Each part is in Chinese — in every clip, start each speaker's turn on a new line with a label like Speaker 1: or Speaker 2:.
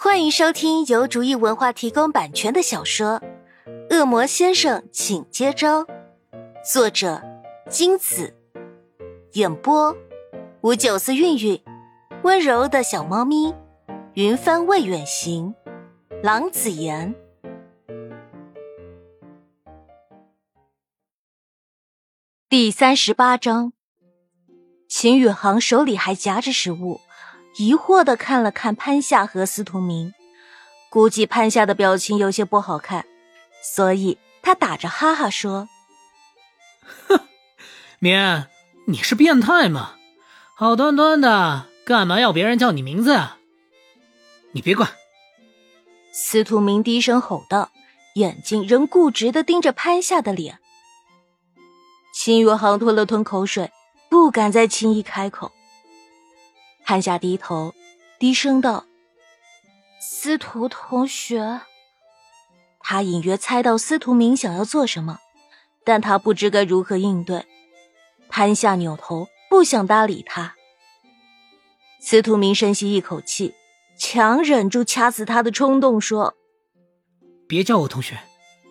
Speaker 1: 欢迎收听由竹意文化提供版权的小说《恶魔先生请接招》，作者金子，演播吴九思韵韵，温柔的小猫咪，云帆未远行，郎子言。第38章，秦宇航手里还夹着食物，疑惑地看了看潘夏和司徒明，估计潘夏的表情有些不好看，所以他打着哈哈说：
Speaker 2: 哼，明，你是变态吗？好端端的，干嘛要别人叫你名字啊？你别管。
Speaker 1: 司徒明低声吼道，眼睛仍固执地盯着潘夏的脸。秦宇航吞了吞口水，不敢再轻易开口。潘夏低头低声道：司徒同学。他隐约猜到司徒明想要做什么，但他不知该如何应对。潘夏扭头不想搭理他。司徒明深吸一口气，强忍住掐死他的冲动说：
Speaker 2: 别叫我同学。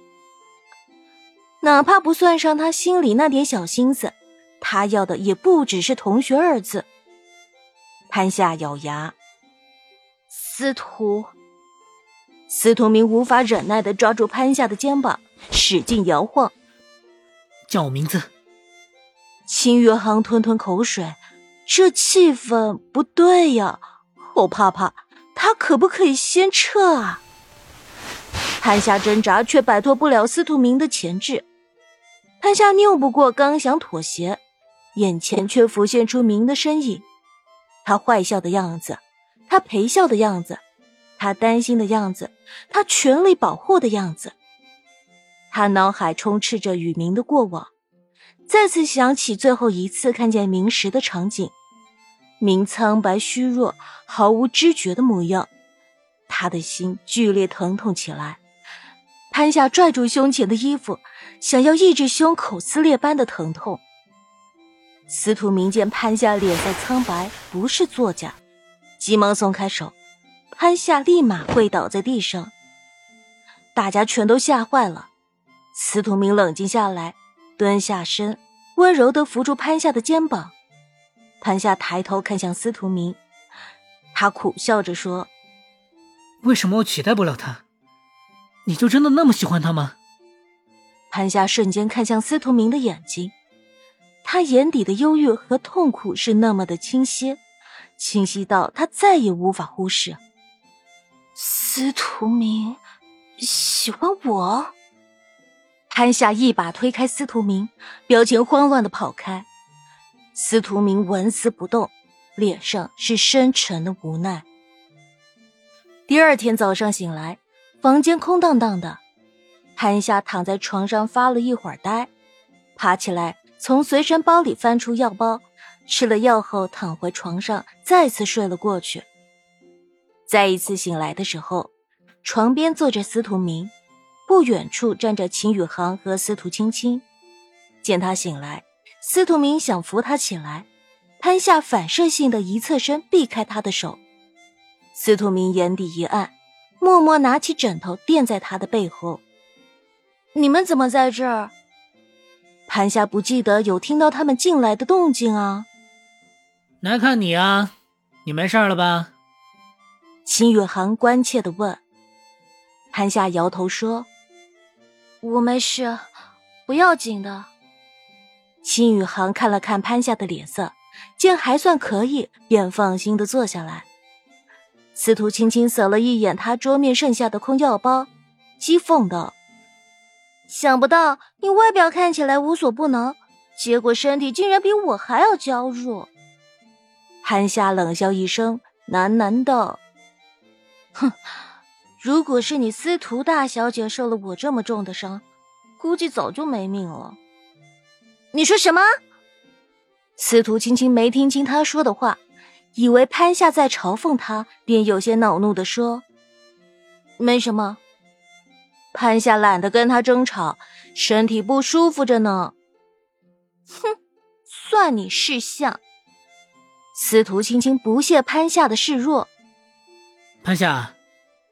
Speaker 1: 哪怕不算上他心里那点小心思，他要的也不只是同学二字。潘夏咬牙：司徒。司徒明无法忍耐地抓住潘夏的肩膀，使劲摇晃。
Speaker 2: 叫我名字。
Speaker 1: 秦宇航吞吞口水，这气氛不对呀，我怕他可不可以先撤啊？潘夏挣扎却摆脱不了司徒明的钳制。潘夏拗不过，刚想妥协，眼前却浮现出明的身影。他坏笑的样子，他陪笑的样子，他担心的样子，他全力保护的样子。他脑海充斥着与明的过往，再次想起最后一次看见明时的场景，明苍白虚弱，毫无知觉的模样，他的心剧烈疼痛起来。潘夏拽住胸前的衣服，想要抑制胸口撕裂般的疼痛。司徒明见潘夏脸色苍白，不是作假，急忙松开手，潘夏立马跪倒在地上。大家全都吓坏了。司徒明冷静下来，蹲下身，温柔地扶住潘夏的肩膀。潘夏抬头看向司徒明，他苦笑着说：
Speaker 2: 为什么我取代不了他？你就真的那么喜欢他吗？
Speaker 1: 潘夏瞬间看向司徒明的眼睛，他眼底的忧郁和痛苦是那么的清晰，清晰到他再也无法忽视。司徒明喜欢我？潘夏一把推开司徒明，表情慌乱地跑开。司徒明纹丝不动，脸上是深沉的无奈。第二天早上醒来，房间空荡荡的。潘夏躺在床上发了一会儿呆，爬起来从随身包里翻出药包，吃了药后躺回床上，再次睡了过去。再一次醒来的时候，床边坐着司徒明，不远处站着秦宇航和司徒青青。见他醒来，司徒明想扶他起来，潘夏反射性的一侧身避开他的手。司徒明眼底一暗，默默拿起枕头垫在他的背后。你们怎么在这儿？潘夏不记得有听到他们进来的动静啊。
Speaker 2: 来看你啊，你没事了吧？
Speaker 1: 秦宇航关切地问。潘夏摇头说：我没事，不要紧的。秦宇航看了看潘夏的脸色，见还算可以，便放心地坐下来。司徒轻轻扫了一眼他桌面剩下的空药包，讥讽道：想不到你外表看起来无所不能，结果身体竟然比我还要娇弱。潘夏冷笑一声，喃喃道：哼，如果是你司徒大小姐受了我这么重的伤，估计早就没命了。你说什么？司徒青青没听清他说的话，以为潘夏在嘲讽他，便有些恼怒地说：没什么。潘夏懒得跟他争吵，身体不舒服着呢。哼，算你识相。司徒青青不屑潘夏的示弱。
Speaker 2: 潘夏，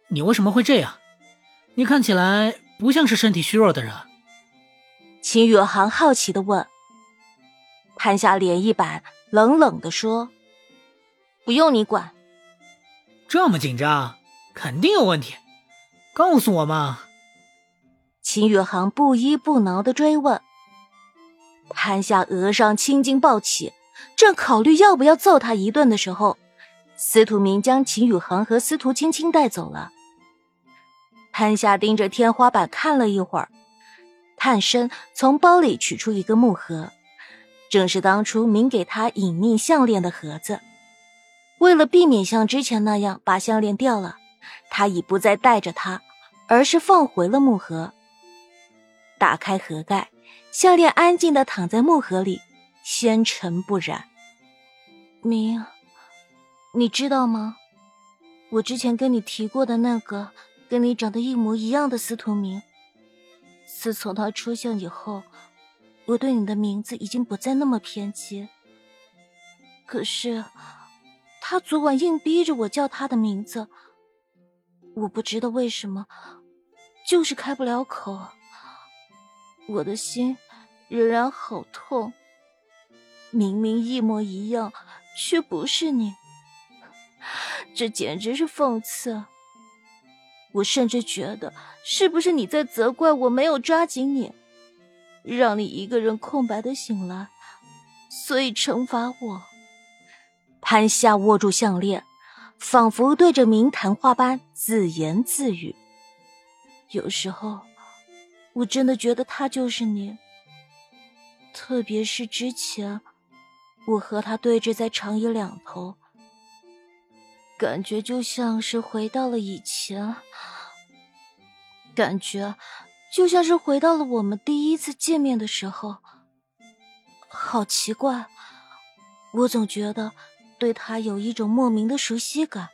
Speaker 2: 你为什么会这样？你看起来不像是身体虚弱的人。
Speaker 1: 秦宇航好奇地问。潘夏脸一板，冷冷地说：不用你管。
Speaker 2: 这么紧张，肯定有问题，告诉我嘛。
Speaker 1: 秦宇航不依不挠地追问。潘夏额上青筋暴起，正考虑要不要揍他一顿的时候，司徒明将秦宇航和司徒青青带走了。潘夏盯着天花板看了一会儿，探身从包里取出一个木盒，正是当初明给他隐秘项链的盒子。为了避免像之前那样把项链掉了，他已不再带着它，而是放回了木盒。打开盒盖，项链安静地躺在木盒里，纤尘不染。明，你知道吗？我之前跟你提过的那个跟你长得一模一样的司徒明，自从他出现以后，我对你的名字已经不再那么偏激。可是他昨晚硬逼着我叫他的名字，我不知道为什么，就是开不了口。我的心仍然好痛，明明一模一样，却不是你，这简直是讽刺。我甚至觉得，是不是你在责怪我没有抓紧你，让你一个人空白的醒来，所以惩罚我。潘夏握住项链，仿佛对着明谈话般自言自语。有时候我真的觉得他就是你，特别是之前我和他对峙在长椅两头，感觉就像是回到了以前，感觉就像是回到了我们第一次见面的时候。好奇怪，我总觉得对他有一种莫名的熟悉感。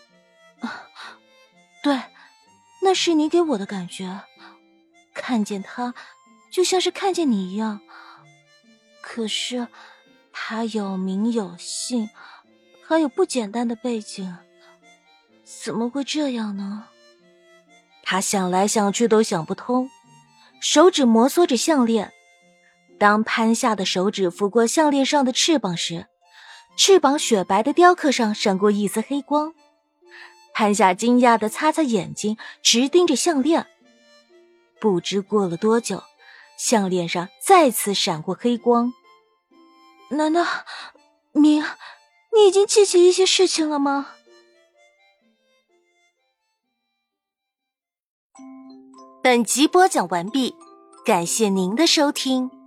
Speaker 1: 对，那是你给我的感觉，看见他就像是看见你一样。可是他有名有姓，还有不简单的背景，怎么会这样呢？他想来想去都想不通，手指摩挲着项链。当潘夏的手指拂过项链上的翅膀时，翅膀雪白的雕刻上闪过一丝黑光。潘夏惊讶地擦擦眼睛，直盯着项链。不知过了多久，项链上再次闪过黑光。难道明，你已经记起一些事情了吗？本集播讲完毕，感谢您的收听。